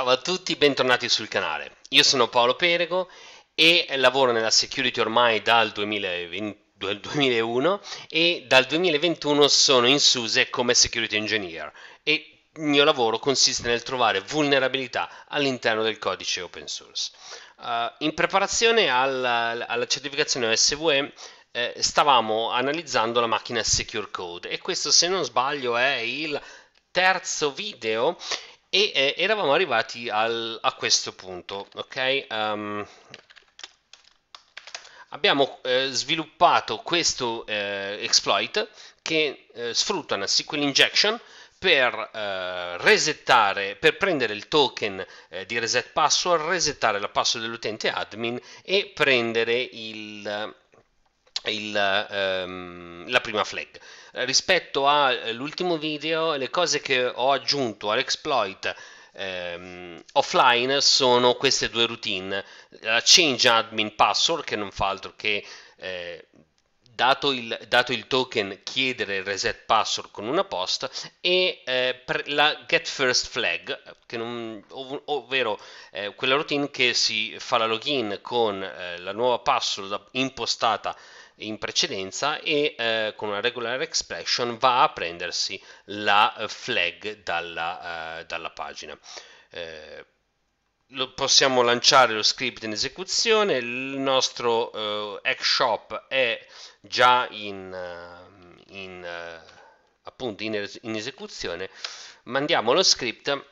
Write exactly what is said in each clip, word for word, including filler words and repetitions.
Ciao a tutti, bentornati sul canale. Io sono Paolo Perego e lavoro nella security ormai dal duemilaventi dal duemilauno e dal duemilaventuno sono in SUSE come security engineer e il mio lavoro consiste nel trovare vulnerabilità all'interno del codice open source. Uh, in preparazione alla, alla certificazione O S V E eh, stavamo analizzando la macchina Secure Code e questo, se non sbaglio, è il terzo video e eh, eravamo arrivati al- a questo punto, ok? Um, abbiamo eh, sviluppato questo eh, exploit che eh, sfrutta una S Q L injection per eh, resettare, per prendere il token eh, di reset password, resettare la password dell'utente admin e prendere il, il, ehm, la prima flag. Rispetto all'ultimo video, le cose che ho aggiunto all'exploit ehm, offline sono queste due routine: la change admin password, che non fa altro che eh, dato il, dato il token, chiedere il reset password con una post, e eh, la get first flag, che non, ov- ovvero eh, quella routine che si fa la login con eh, la nuova password impostata in precedenza e eh, con una regular expression va a prendersi la eh, flag dalla, eh, dalla pagina. Eh, lo possiamo lanciare lo script in esecuzione. Il nostro eh, Xshop è già in, eh, in, eh, appunto in, es- in esecuzione. Mandiamo lo script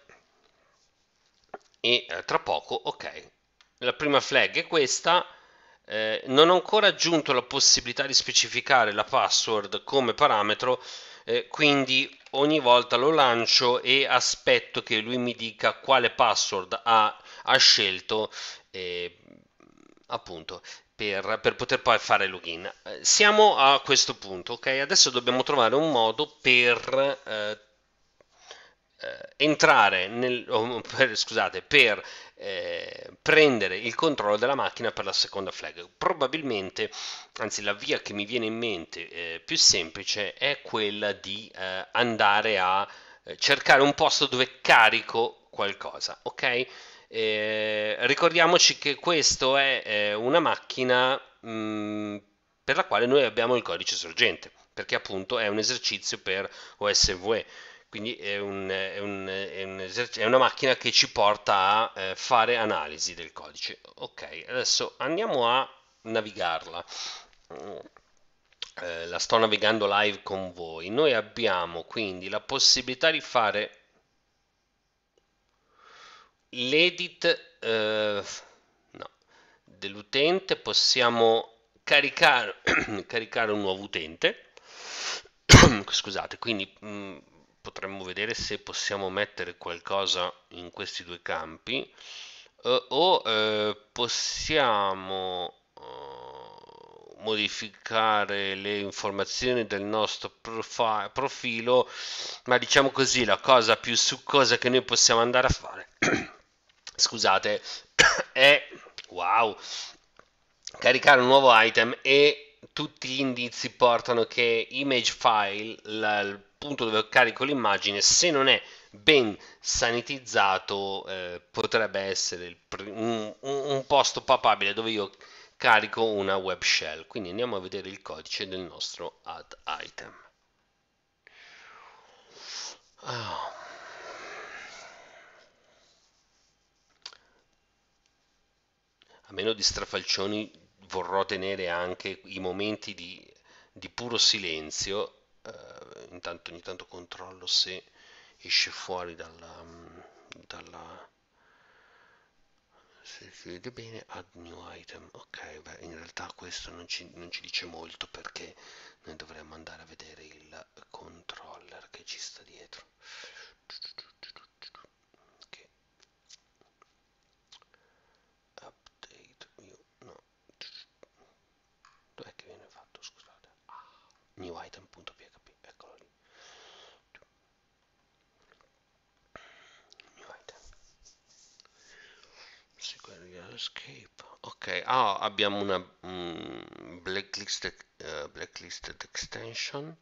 e eh, tra poco, ok, la prima flag è questa. Eh, non ho ancora aggiunto la possibilità di specificare la password come parametro, eh, quindi ogni volta lo lancio e aspetto che lui mi dica quale password ha, ha scelto, eh, appunto per, per poter poi fare login. Eh, siamo a questo punto, ok? Adesso dobbiamo trovare un modo per eh, eh, entrare nel, oh, per, scusate, per eh, prendere il controllo della macchina per la seconda flag. Probabilmente, anzi, la via che mi viene in mente eh, più semplice è quella di eh, andare a eh, cercare un posto dove carico qualcosa, ok? Eh, ricordiamoci che questo è eh, una macchina mh, per la quale noi abbiamo il codice sorgente, perché appunto è un esercizio per O S V E. Quindi è, un, è, un, è, un eserc- è una macchina che ci porta a eh, fare analisi del codice. Ok, adesso andiamo a navigarla. Eh, la sto navigando live con voi. Noi abbiamo quindi la possibilità di fare l'edit eh, no, dell'utente. Possiamo caricare, caricare un nuovo utente. Scusate, quindi mh, potremmo vedere se possiamo mettere qualcosa in questi due campi, eh, o eh, possiamo eh, modificare le informazioni del nostro profi- profilo, ma diciamo così, la cosa più succosa che noi possiamo andare a fare, scusate, è wow, caricare un nuovo item, e tutti gli indizi portano che image file, la- il punto dove carico l'immagine, se non è ben sanitizzato, eh, potrebbe essere il pr- un, un- un posto papabile dove io carico una web shell. Quindi andiamo a vedere il codice del nostro add item. Ah. A meno di strafalcioni, vorrò tenere anche i momenti di, di puro silenzio. Eh, intanto ogni tanto controllo se esce fuori dalla, dalla se si vede bene. Add new item. Ok, beh, in realtà questo non ci, non ci dice molto, perché noi dovremmo andare a vedere il controller che ci sta dietro. Che update new, no, dov'è che viene fatto, scusate? Ah, new item.php, eccolo lì. New item. Sequential escape. Ok, ah, abbiamo una mm, blacklisted, eh, blacklisted extension.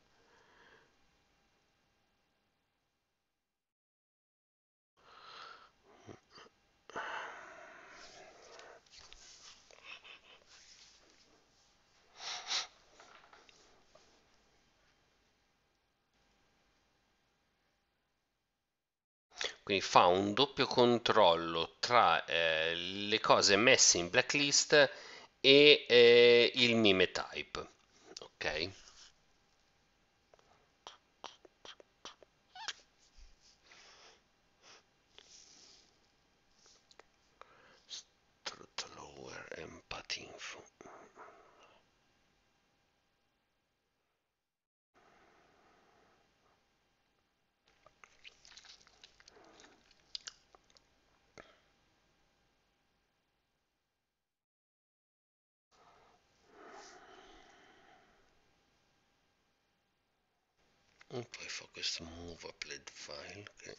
quindi fa un doppio controllo tra eh, le cose messe in blacklist e eh, il mime type. Ok? Truth lower and path info. E poi fa questo move applet file che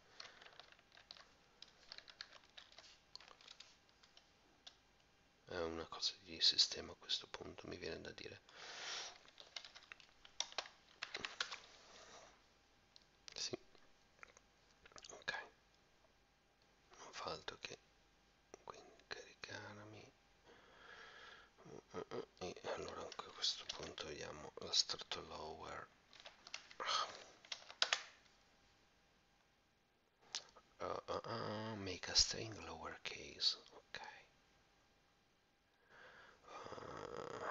è una cosa di sistema a questo punto, mi viene da dire. Sì, ok, non fa altro che quindi caricarmi. E allora anche a questo punto vediamo la start lower. Uh, uh, uh, make a string lowercase. Ok. Uh,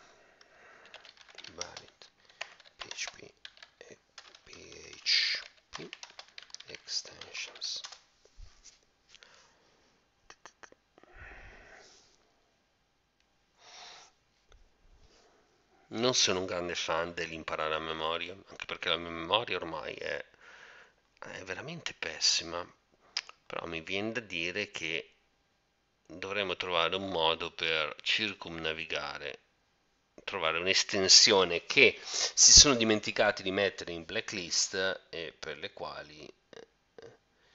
valid php e php extensions. Non sono un grande fan dell'imparare a memoria, anche perché la mia memoria ormai è, è veramente pessima. Però mi viene da dire che dovremmo trovare un modo per circumnavigare, trovare un'estensione che si sono dimenticati di mettere in blacklist e per le quali eh,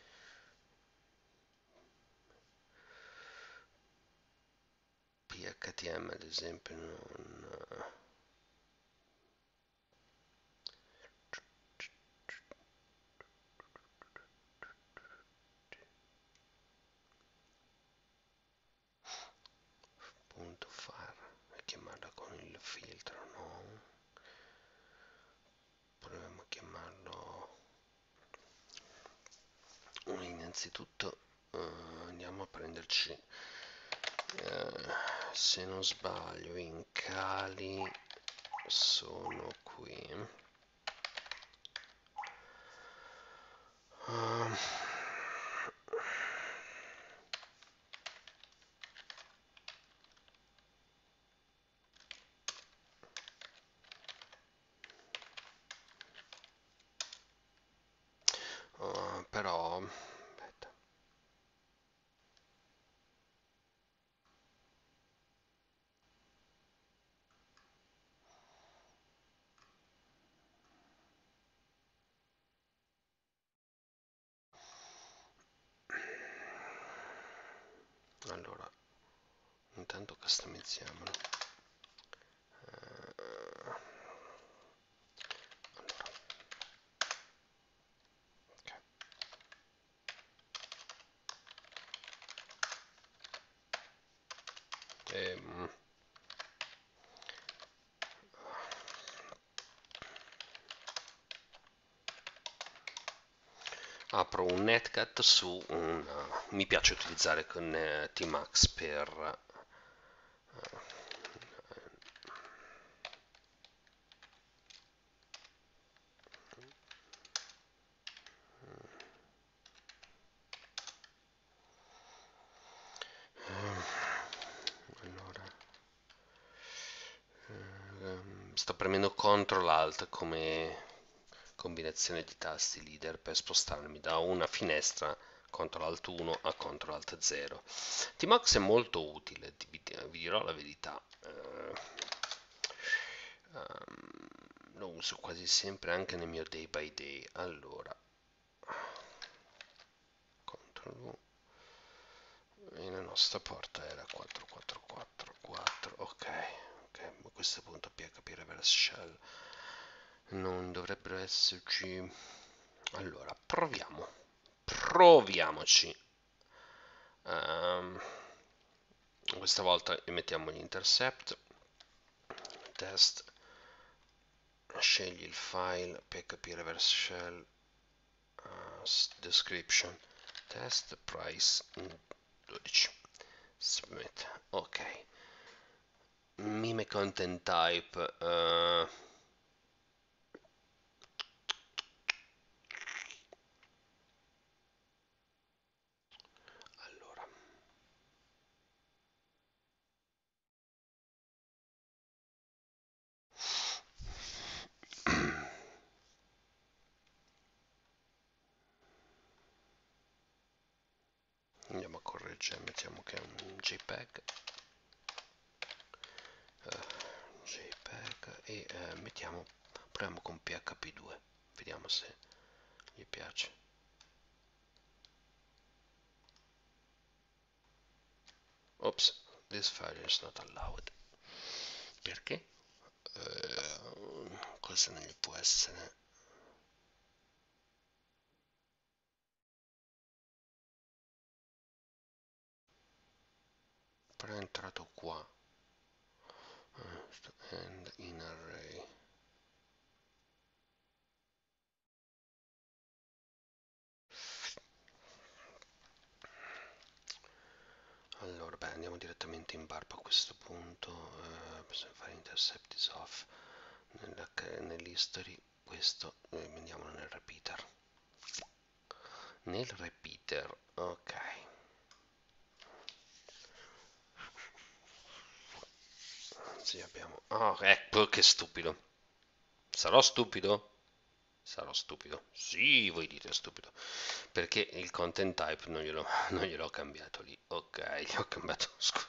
P H T M ad esempio non... punto far e chiamarla con il filtro, no? Proviamo a chiamarlo innanzitutto uh, andiamo a prenderci uh, se non sbaglio in cali sono qui uh, uh, però aspetta. Allora intanto customizziamolo. Uh, allora, okay. ehm, apro un netcat su un uh, mi piace utilizzare con uh, Tmax per uh, allora ehm, sto premendo control alt come combinazione di tasti leader per spostarmi da una finestra control alt uno a control alt zero. Tmax è molto utile, vi, vi dirò la verità. Uh, um, lo uso quasi sempre anche nel mio day by day. Allora, control V e la nostra porta era quattro quattro quattro quattro. Ok, ok, a questo punto P H P reverse shell non dovrebbero esserci. Allora, proviamo. Proviamoci. Um, questa volta emettiamo l'intercept. Test. Scegli il file P H P reverse shell. Uh, description test price dodici, submit. Ok, mime content type, uh, allora andiamo a correggere, mettiamo che è un JPEG, uh, JPEG e uh, mettiamo, proviamo con P H P due, vediamo se gli piace. Ops, this file is not allowed. Perché? Uh, cosa non gli può essere? Però è entrato qua. Uh, and in array. Allora, beh, andiamo direttamente in barba a questo punto. Uh, bisogna fare intercept is off. Nell'history, questo eh, andiamo nel repeater. Nel repeater, ok. Sì, abbiamo. Oh, ecco che stupido. Sarò stupido? Sarò stupido. Sì, voi dite stupido. Perché il content type non glielo, non gliel'ho cambiato lì. Ok, gli ho cambiato. Scusa.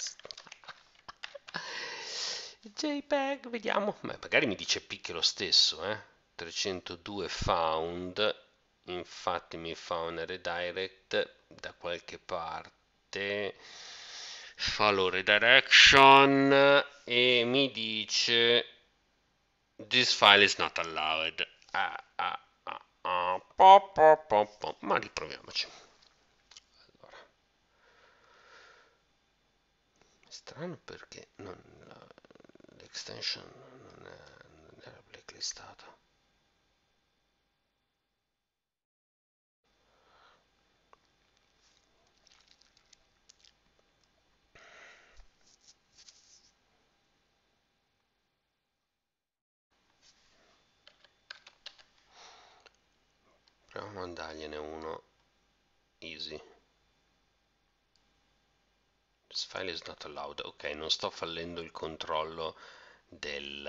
JPEG, vediamo. Beh, magari mi dice picche lo stesso, eh. trecentodue found. Infatti mi fa un redirect da qualche parte. Follow redirection e mi dice this file is not allowed. Ah, ah, ah, ah, po, po, po, po. Ma riproviamoci. Allora, è strano perché non la- l'extension non, è- non era blacklistata. Proviamo a dargliene uno easy. This file is not allowed. Ok, non sto fallendo il controllo del...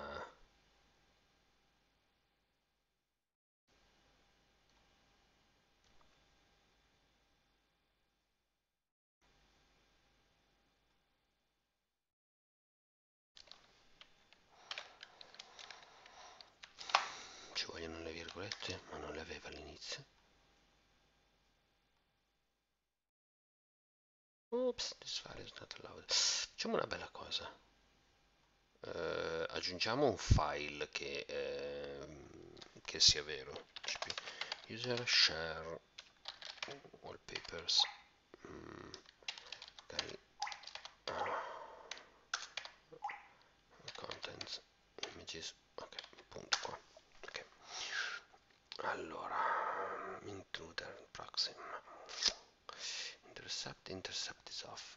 Ci vogliono le virgolette, ma non le aveva all'inizio. Oops, this file is not allowed. Facciamo una bella cosa. Uh, aggiungiamo un file che, eh, che sia vero. User share wallpapers. Mm, okay. uh, contents images. Ok, punto qua. Okay. Allora, intruder proxy. Intercept, intercept is off.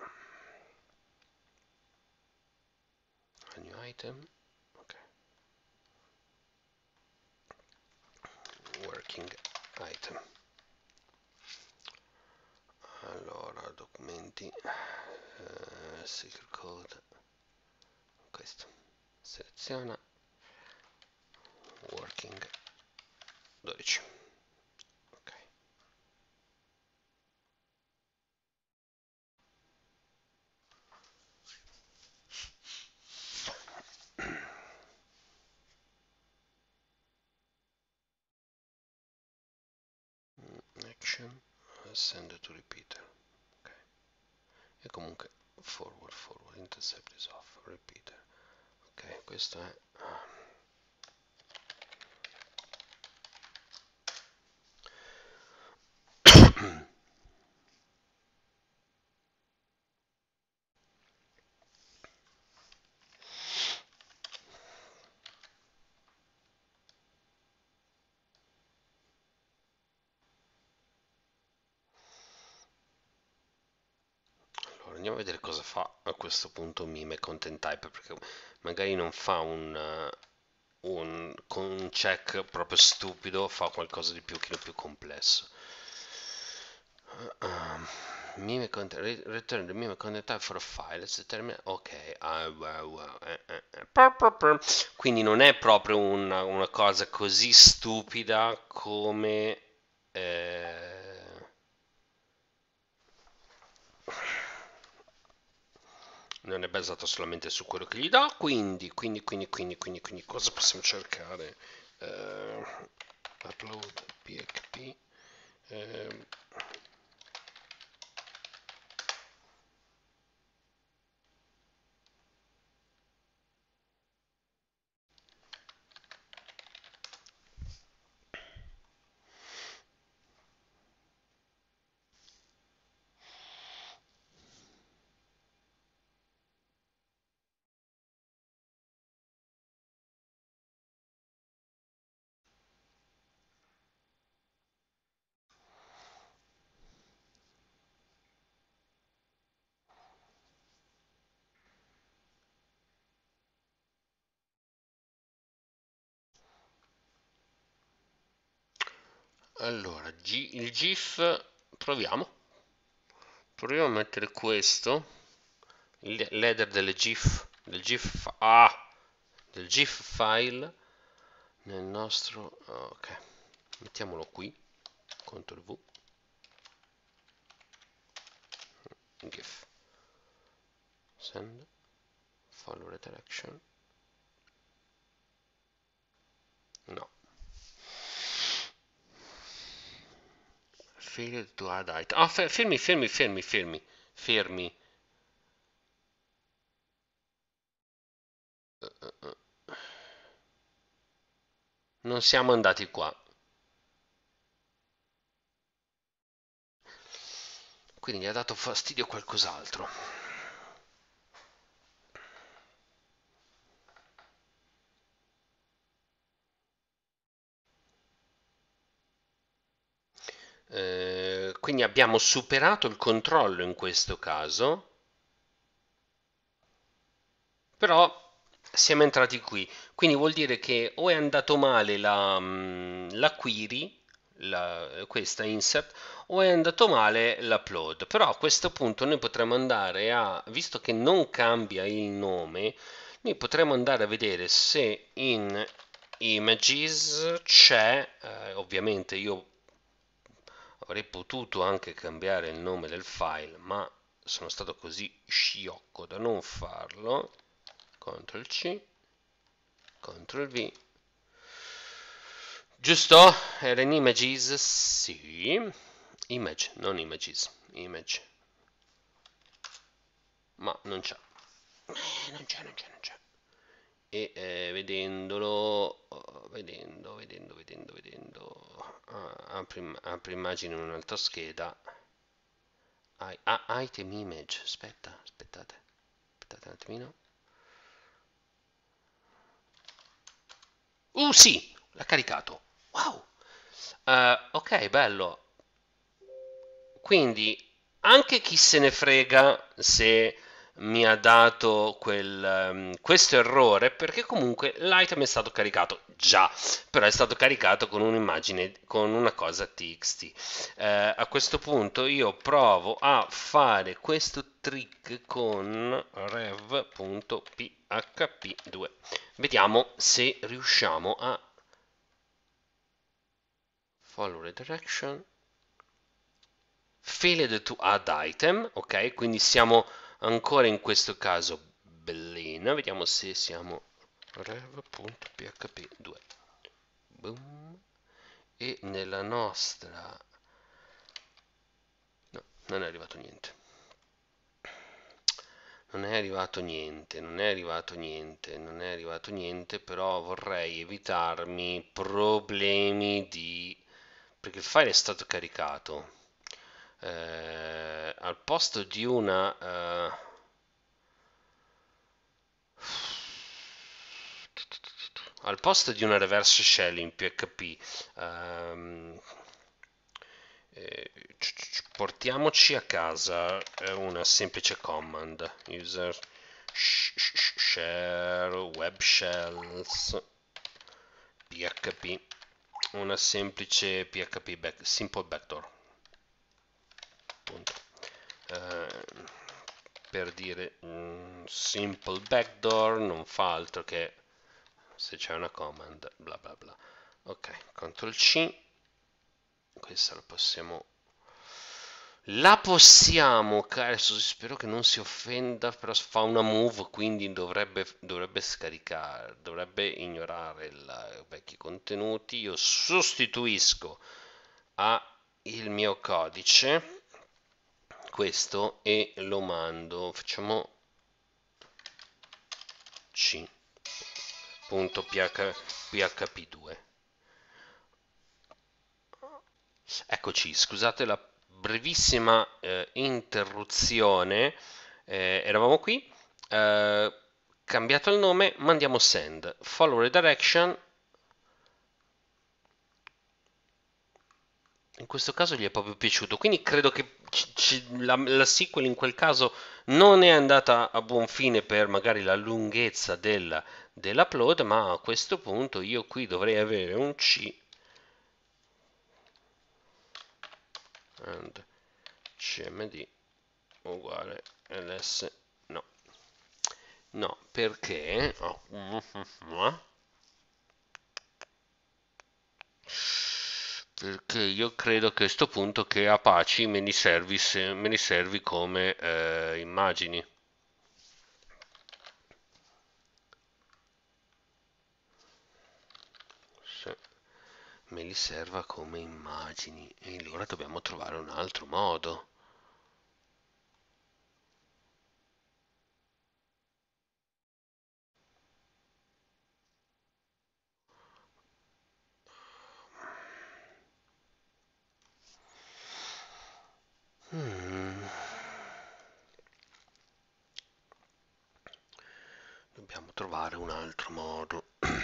A new item. Ok. Working item. Allora, documenti, eh, secret code, questo. Seleziona working dodici. Ok. Action, send to repeater. Ok. E comunque forward, forward, intercept is off, repeater. Ok, questo è... andiamo a vedere cosa fa a questo punto mime content type, perché magari non fa un, uh, un, con un check proprio stupido, fa qualcosa di più, più complesso. Uh, mime content, return the mime content type for a file, let's determine, ok, ah, wow, wow, eh, eh, eh. Quindi non è proprio una, una cosa così stupida come... Eh, non è basato solamente su quello che gli dà, quindi, quindi, quindi, quindi, quindi, quindi cosa possiamo cercare? Uh, upload P H P. Eh, allora, G, il GIF, proviamo. Proviamo a mettere questo, l'header delle GIF, del GIF, ah, del GIF file nel nostro, ok, mettiamolo qui, control V, GIF, send, follow redirection, no, failed to add item, ah, fermi, fermi, fermi, fermi, fermi, uh, uh, uh. Non siamo andati qua. Quindi gli ha dato fastidio qualcos'altro. Eh, quindi abbiamo superato il controllo in questo caso, però siamo entrati qui. Quindi vuol dire che o è andato male la, mm, la query, la- questa insert, o è andato male l'upload. Però a questo punto noi potremmo andare a, visto che non cambia il nome, noi potremmo andare a vedere se in images c'è, eh, ovviamente io avrei potuto anche cambiare il nome del file, ma sono stato così sciocco da non farlo. control C, control V. Giusto? Era in images? Sì. Image, non images. Image. Ma non c'è. Eh, non c'è, non c'è, non c'è. E eh, vedendolo, oh, vedendo, vedendo, vedendo, vedendo, ah, apri, apri immagine in un'altra scheda. I, ah, item image, aspetta, aspettate, aspettate un attimino. Uh, sì, l'ha caricato. Wow. Uh, ok, bello. Quindi anche chi se ne frega se mi ha dato quel, um, questo errore, perché comunque l'item è stato caricato già, però è stato caricato con un'immagine, con una cosa txt. Eh, a questo punto io provo a fare questo trick con rev.php due. Vediamo se riusciamo a follow redirection. Failed to add item, ok? Quindi siamo ancora in questo caso bellina. Vediamo se siamo rev.php due. Boom. E nella nostra... No, non è arrivato niente. Non è arrivato niente, non è arrivato niente, non è arrivato niente, però vorrei evitarmi problemi di... perché il file è stato caricato. Eh, al posto di una... eh, al posto di una reverse shell in P H P, ehm, eh, portiamoci a casa una semplice command user share web shells php, una semplice php back, simple backdoor, punto. Eh, per dire un simple backdoor non fa altro che se c'è una command bla bla bla. Ok, control C, questa la possiamo la possiamo, adesso spero che non si offenda, però fa una move, quindi dovrebbe, dovrebbe scaricare, dovrebbe ignorare i vecchi contenuti. Io sostituisco a il mio codice questo e lo mando, facciamo c.php due. Eccoci, scusate la brevissima eh, interruzione, eh, eravamo qui, eh, cambiato il nome, mandiamo send, follow redirection, in questo caso gli è proprio piaciuto, quindi credo che ci- ci- la, la S Q L in quel caso non è andata a buon fine per magari la lunghezza del- dell'upload, ma a questo punto io qui dovrei avere un C and cmd uguale ls, no, no, perché oh, perché io credo che a questo punto che Apache me li servi, se- me li servi come eh, immagini. Se me li serva come immagini e allora dobbiamo trovare un altro modo. Hmm. Dobbiamo trovare un altro modo.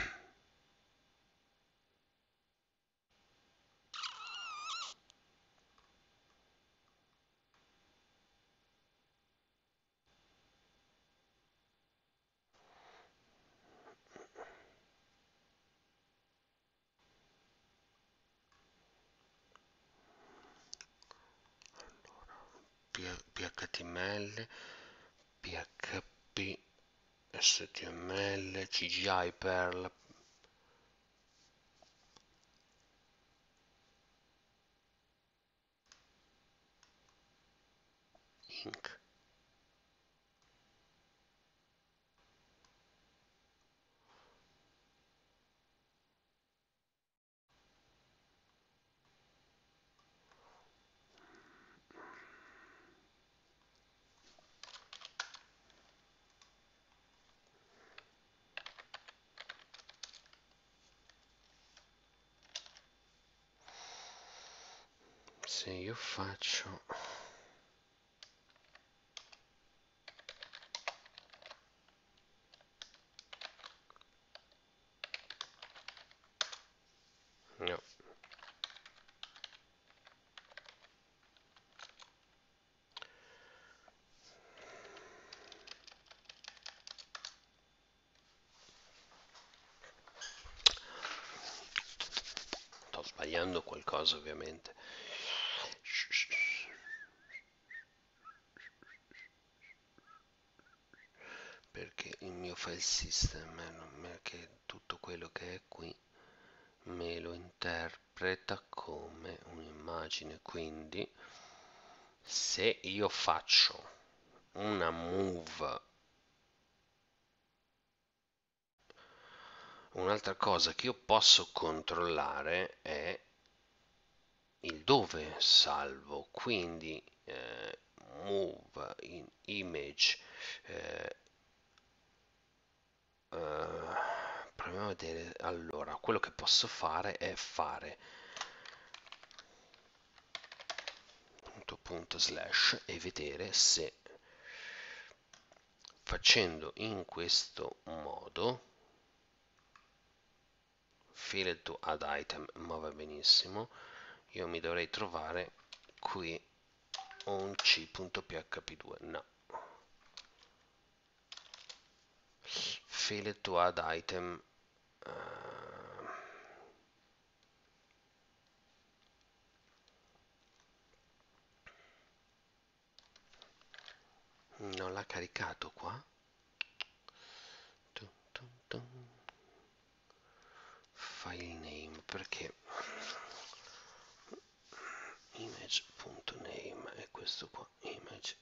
P H T M L, P H P, S T M L, C G I, Perl, Inc. Se io faccio no, sto sbagliando qualcosa ovviamente. Perché il mio file system non me che tutto quello che è qui me lo interpreta come un'immagine, quindi se io faccio una move, un'altra cosa che io posso controllare è il dove salvo, quindi eh, move in image, eh, eh, proviamo a vedere. Allora, quello che posso fare è fare punto punto slash e vedere se facendo in questo modo fill to add item, ma va benissimo, io mi dovrei trovare qui un c.php due, no. Failed to add item. Uh, non l'ha caricato qua. Tum, tum, tum. File name, perché image.name è questo qua, image.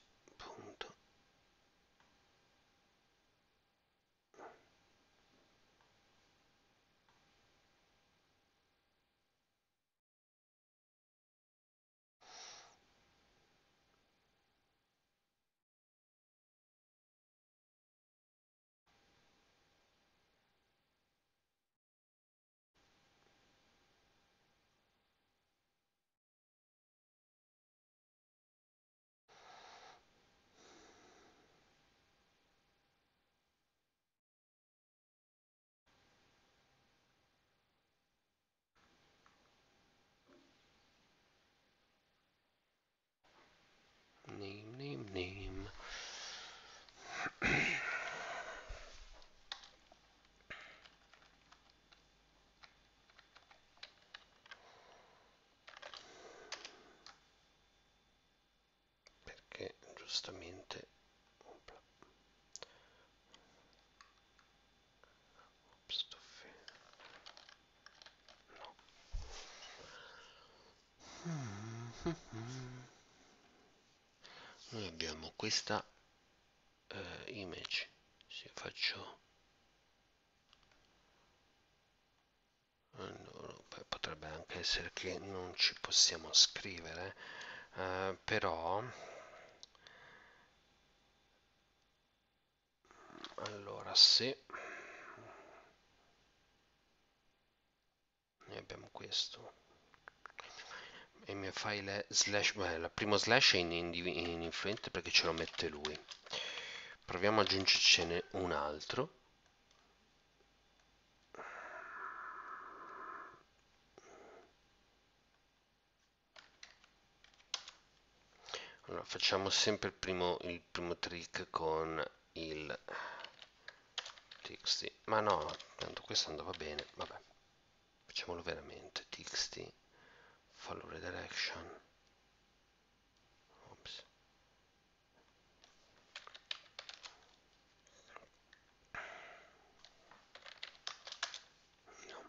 Name, name, name. Perché giustamente noi abbiamo questa uh, image. Se faccio allora, poi potrebbe anche essere che non ci possiamo scrivere, uh, però allora se noi abbiamo questo e il mio file è slash, beh, il primo slash è in, in, in influente perché ce lo mette lui. Proviamo ad aggiungercene un altro. Allora, facciamo sempre il primo, il primo trick con il txt, ma no, tanto questo andava bene, vabbè, facciamolo veramente, txt, follow redirection, ops. No.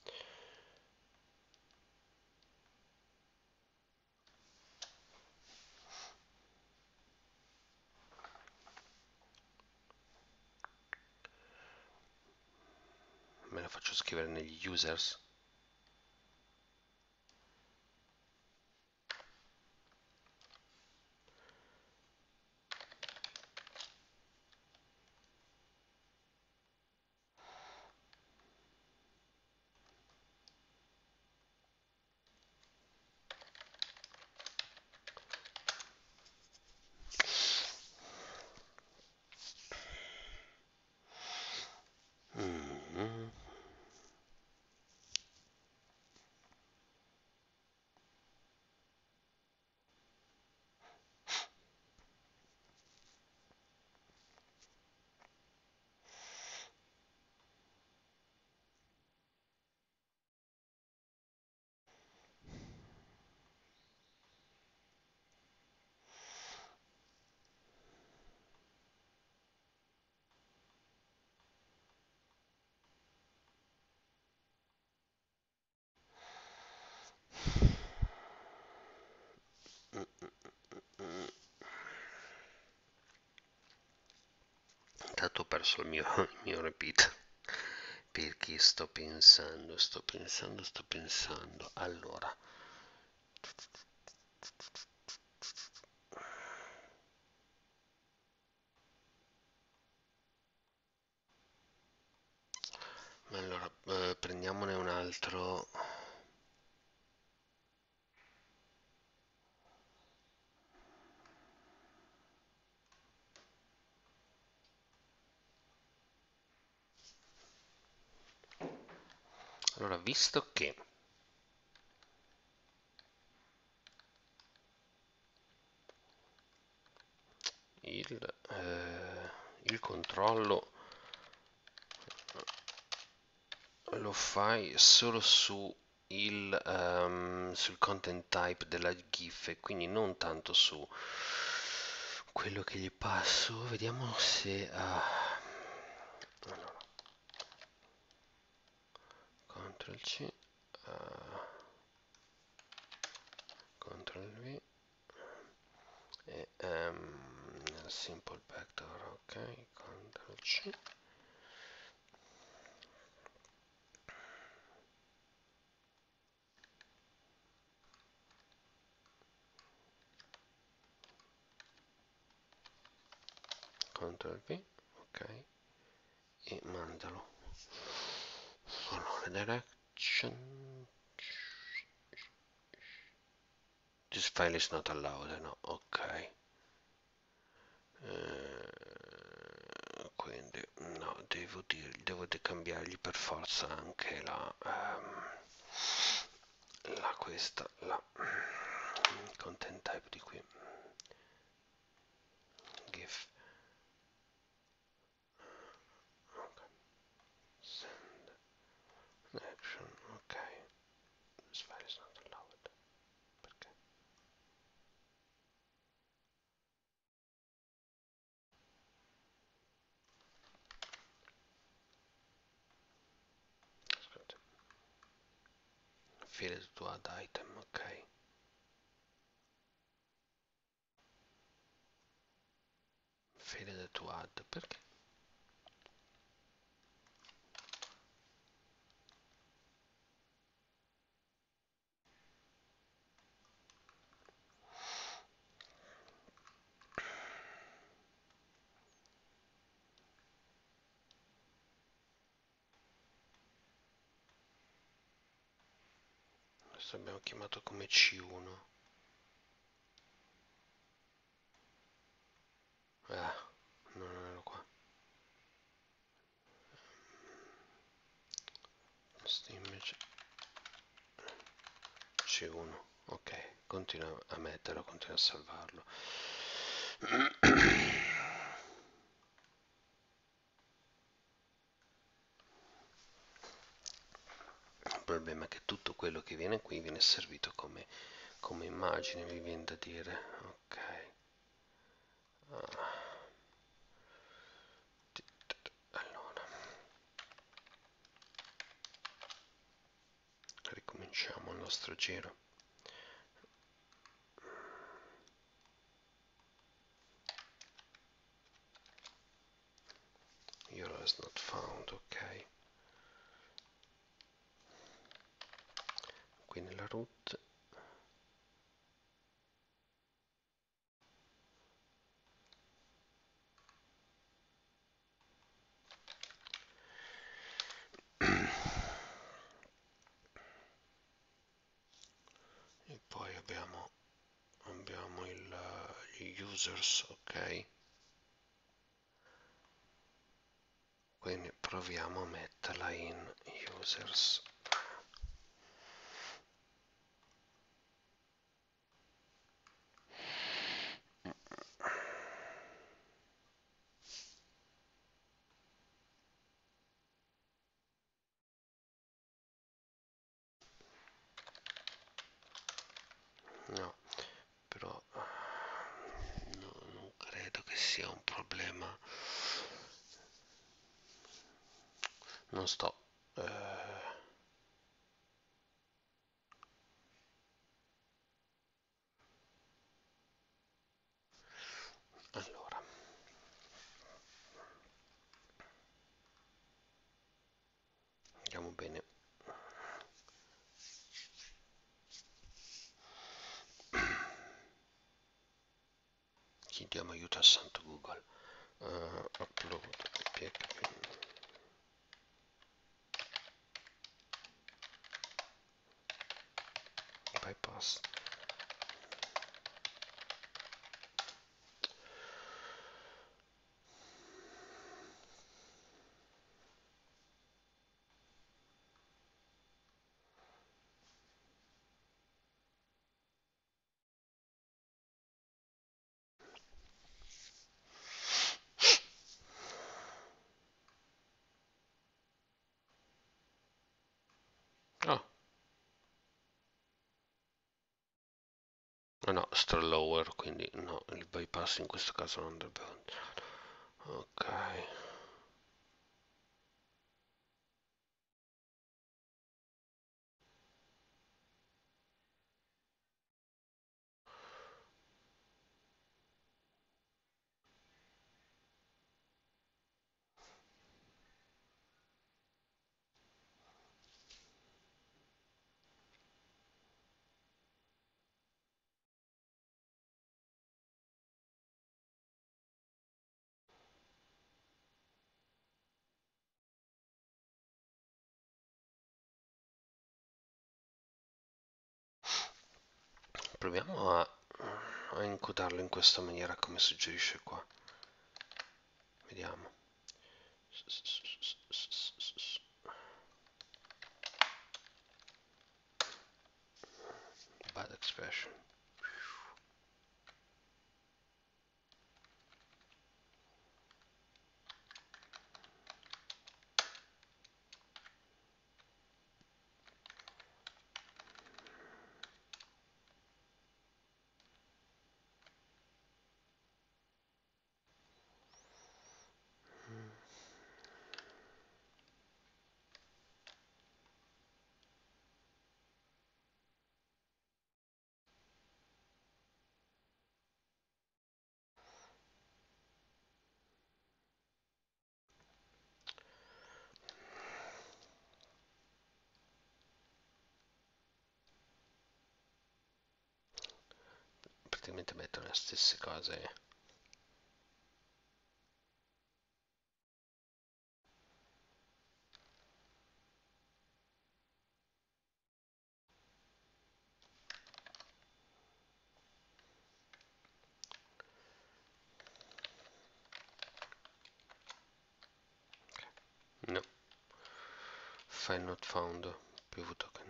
Me la faccio scrivere negli users. Mm-hmm. Intanto ho perso il mio, il mio repeat perché sto pensando, sto pensando, sto pensando. Allora, allora eh, prendiamone un altro. Allora, visto che il, eh, il controllo lo fai solo su il, um, sul content type della GIF e quindi non tanto su quello che gli passo. Vediamo se ha allora, control C, uh, control V e um, simple vector, ok, control C. control V, ok, e mandalo. Allora, direction. This file is not allowed, no, ok. Eh, quindi, no, devo dir, devo cambiargli per forza anche la, um, la questa, la content type di qui. GIF. Okay. Send action, ok. This file is not allowed. Perché? Aspetta. Failed to add item, ok. Failed to add, perché? Questo abbiamo chiamato come C uno. Ah, no, non ero qua. Questa image C uno, ok, continua a metterlo, continua a salvarlo. Il problema è che tutto quello che viene qui viene servito come, come immagine, mi viene da dire. Ok. Ah. Allora, ricominciamo il nostro giro. U R L is not found, ok. Qui nella root e poi abbiamo, abbiamo il, gli users, ok. Quindi proviamo a metterla in users. No, però no, non credo che sia un problema. Non sto eh, allora, andiamo bene. Chiediamo aiuto a Santo Google. Uh, upload P H P. Bypass. Ah no, star lower, quindi no, il bypass in questo caso non andrebbe funzionato. Ok. Proviamo a, a incodarlo in questa maniera come suggerisce qua. Vediamo. Bad expression. Praticamente mettono le stesse cose. No. File not found. P V token.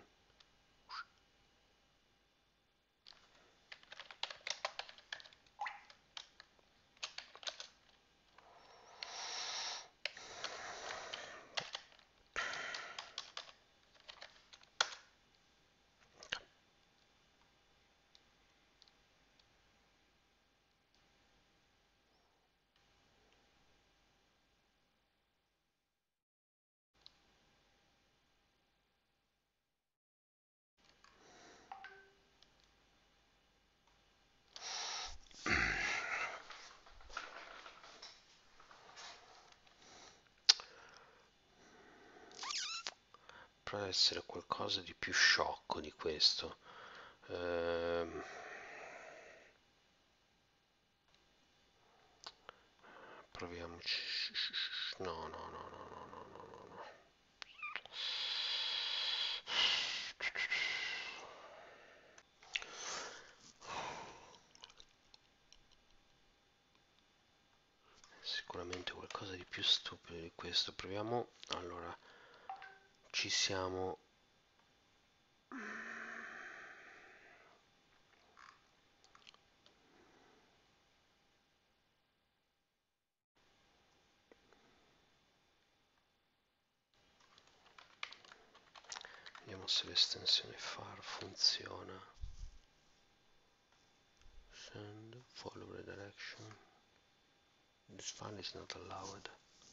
Prova ad essere qualcosa di più sciocco di questo. Ehm... Proviamoci. No, no, no, no, no, no, no, no, no. Sicuramente qualcosa di più stupido di questo. Proviamo. Allora, ci siamo. Vediamo se l'estensione far funziona. Send, follow redirection. This file is not allowed.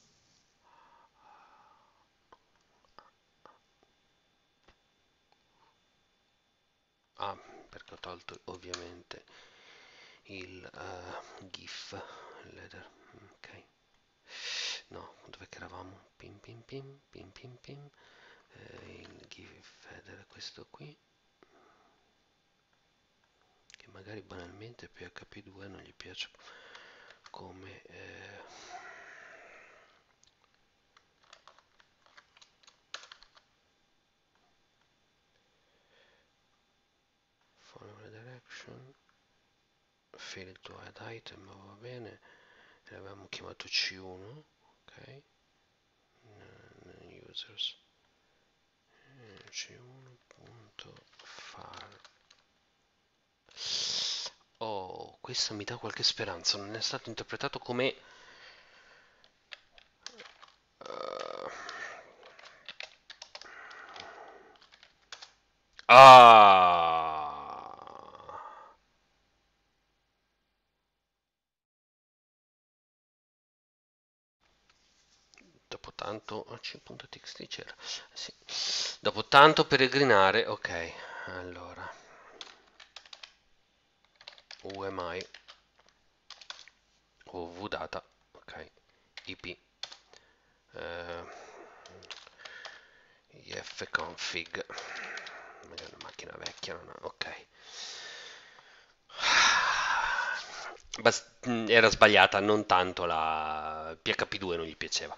Ah, perché ho tolto ovviamente il uh, GIF, il header. Ok. No, dove che eravamo? Pim pim pim, pim pim pim. Eh, il GIF header è questo qui. Che magari banalmente P H P due non gli piace come... Eh, follow redirection. Fail to add item, va bene. L'avevamo chiamato C uno, ok. Users C uno.far. Oh, questo mi dà qualche speranza. Non è stato interpretato come uh... ah tanto c.txt c'era, sì. Dopo tanto peregrinare, ok, allora umi o vdata, ok, ip eh, ifconfig, magari una macchina vecchia, non ha, ok. Bas- era sbagliata, non tanto la P H P due non gli piaceva.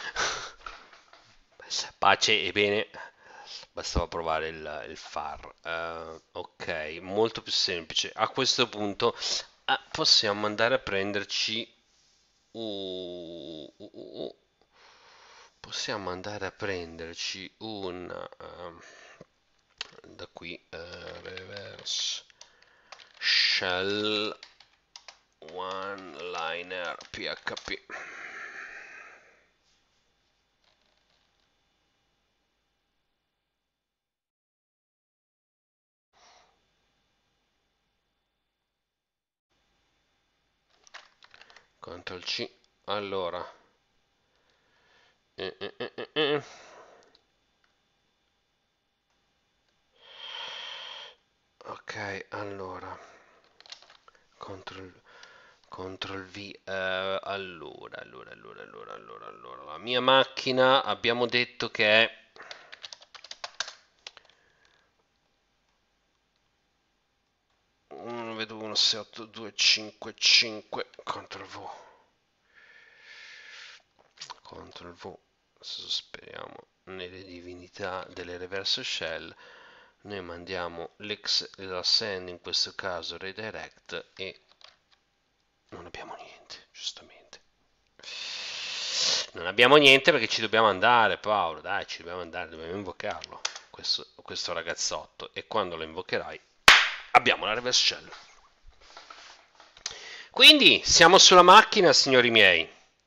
Pace e bene, bastava provare il, il far. Eh, ok, molto più semplice. A questo punto ah, possiamo andare a prenderci. uh, uh, uh, uh. Possiamo andare a prenderci un ehm, da qui eh, reverse shell one liner P H P. Ctrl C. Allora eh, eh, eh, eh. Ok, allora Ctrl, Ctrl V. eh, allora, allora, allora, allora, allora, allora, la mia macchina abbiamo detto che è uno vedo uno sei otto due cinque cinque. Ctrl V, Ctrl V. Speriamo nelle divinità delle reverse shell. Noi mandiamo la send, in questo caso redirect, e non abbiamo niente, giustamente. Non abbiamo niente perché ci dobbiamo andare, Paolo, dai, ci dobbiamo andare, dobbiamo invocarlo, questo, questo ragazzotto, e quando lo invocherai abbiamo la reverse shell. Quindi siamo sulla macchina, signori miei.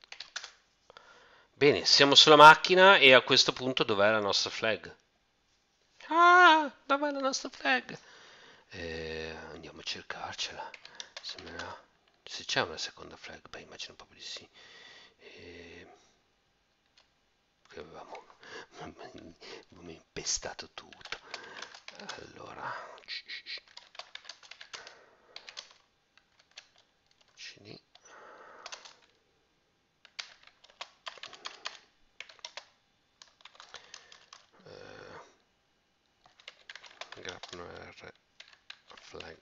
Bene, siamo sulla macchina e a questo punto dov'è la nostra flag? Ah, dov'è la nostra flag? Eh, andiamo a cercarcela. Se, me la... Se c'è una seconda flag, beh, immagino proprio di sì. Eh, che avevamo, avevamo impestato tutto. Allora, cd eh, grapnr flag,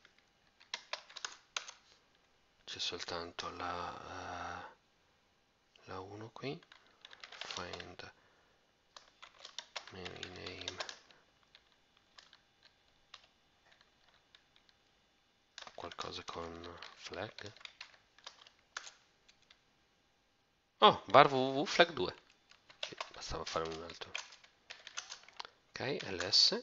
c'è soltanto la uh, la uno qui, find menu name, qualcosa con flag. Oh, var www flag due, sì, bastava fare un altro. Ok, ls,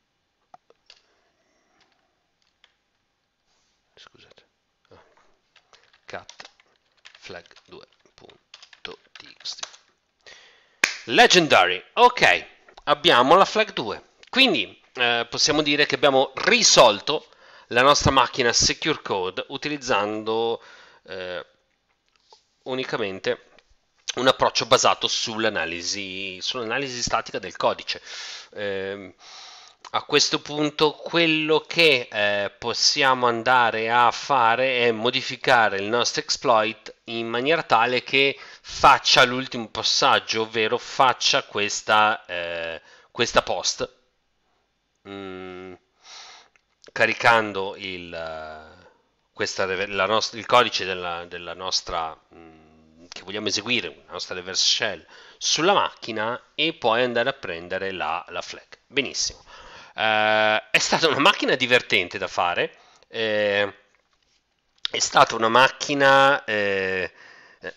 scusate, oh. cat flag due.txt legendary. Ok, abbiamo la flag due, quindi eh, possiamo dire che abbiamo risolto la nostra macchina secure code utilizzando eh, unicamente un approccio basato sull'analisi, sull'analisi statica del codice. Eh, a questo punto quello che eh, possiamo andare a fare è modificare il nostro exploit in maniera tale che faccia l'ultimo passaggio, ovvero faccia questa, eh, questa post, mm, caricando il, questa, la nost- il codice della, della nostra mh, che vogliamo eseguire, la nostra reverse shell, sulla macchina, e poi andare a prendere la, la flag. Benissimo. Eh, è stata una macchina divertente da fare. eh, è stata una macchina eh, eh,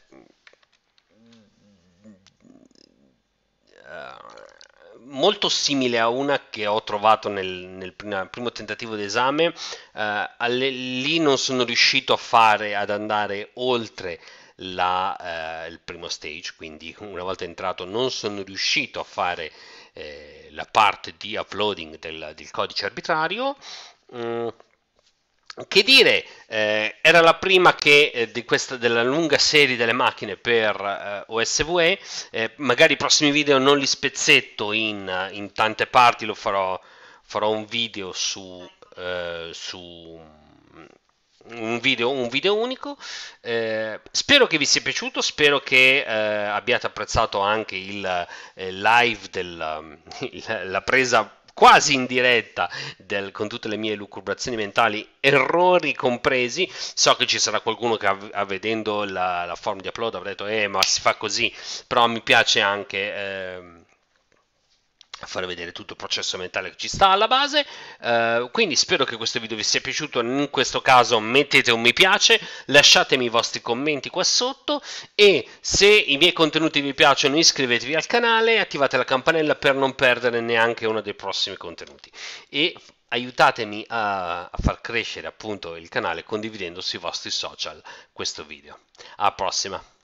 molto simile a una che ho trovato nel, nel prima- primo tentativo d'esame. Eh, alle- lì non sono riuscito a fare, ad andare oltre la, eh, il primo stage, quindi una volta entrato non sono riuscito a fare eh, la parte di uploading del, del codice arbitrario. Mm, Che dire, eh, era la prima che, eh, di questa, della lunga serie delle macchine per eh, O S V E, eh, magari i prossimi video non li spezzetto in, in tante parti, lo farò, farò un video su, eh, su un video, un video unico. Eh, spero che vi sia piaciuto, spero che eh, abbiate apprezzato anche il eh, live del, il- la presa quasi in diretta del- con tutte le mie lucubrazioni mentali, errori compresi. So che ci sarà qualcuno che av- a- vedendo la, la form di upload avrà detto eh ma si fa così, però mi piace anche ehm, fare vedere tutto il processo mentale che ci sta alla base. Eh, quindi spero che questo video vi sia piaciuto. In questo caso mettete un mi piace, lasciatemi i vostri commenti qua sotto, e se i miei contenuti vi piacciono iscrivetevi al canale e attivate la campanella per non perdere neanche uno dei prossimi contenuti, e aiutatemi a, a far crescere appunto il canale condividendo sui vostri social questo video. Alla prossima.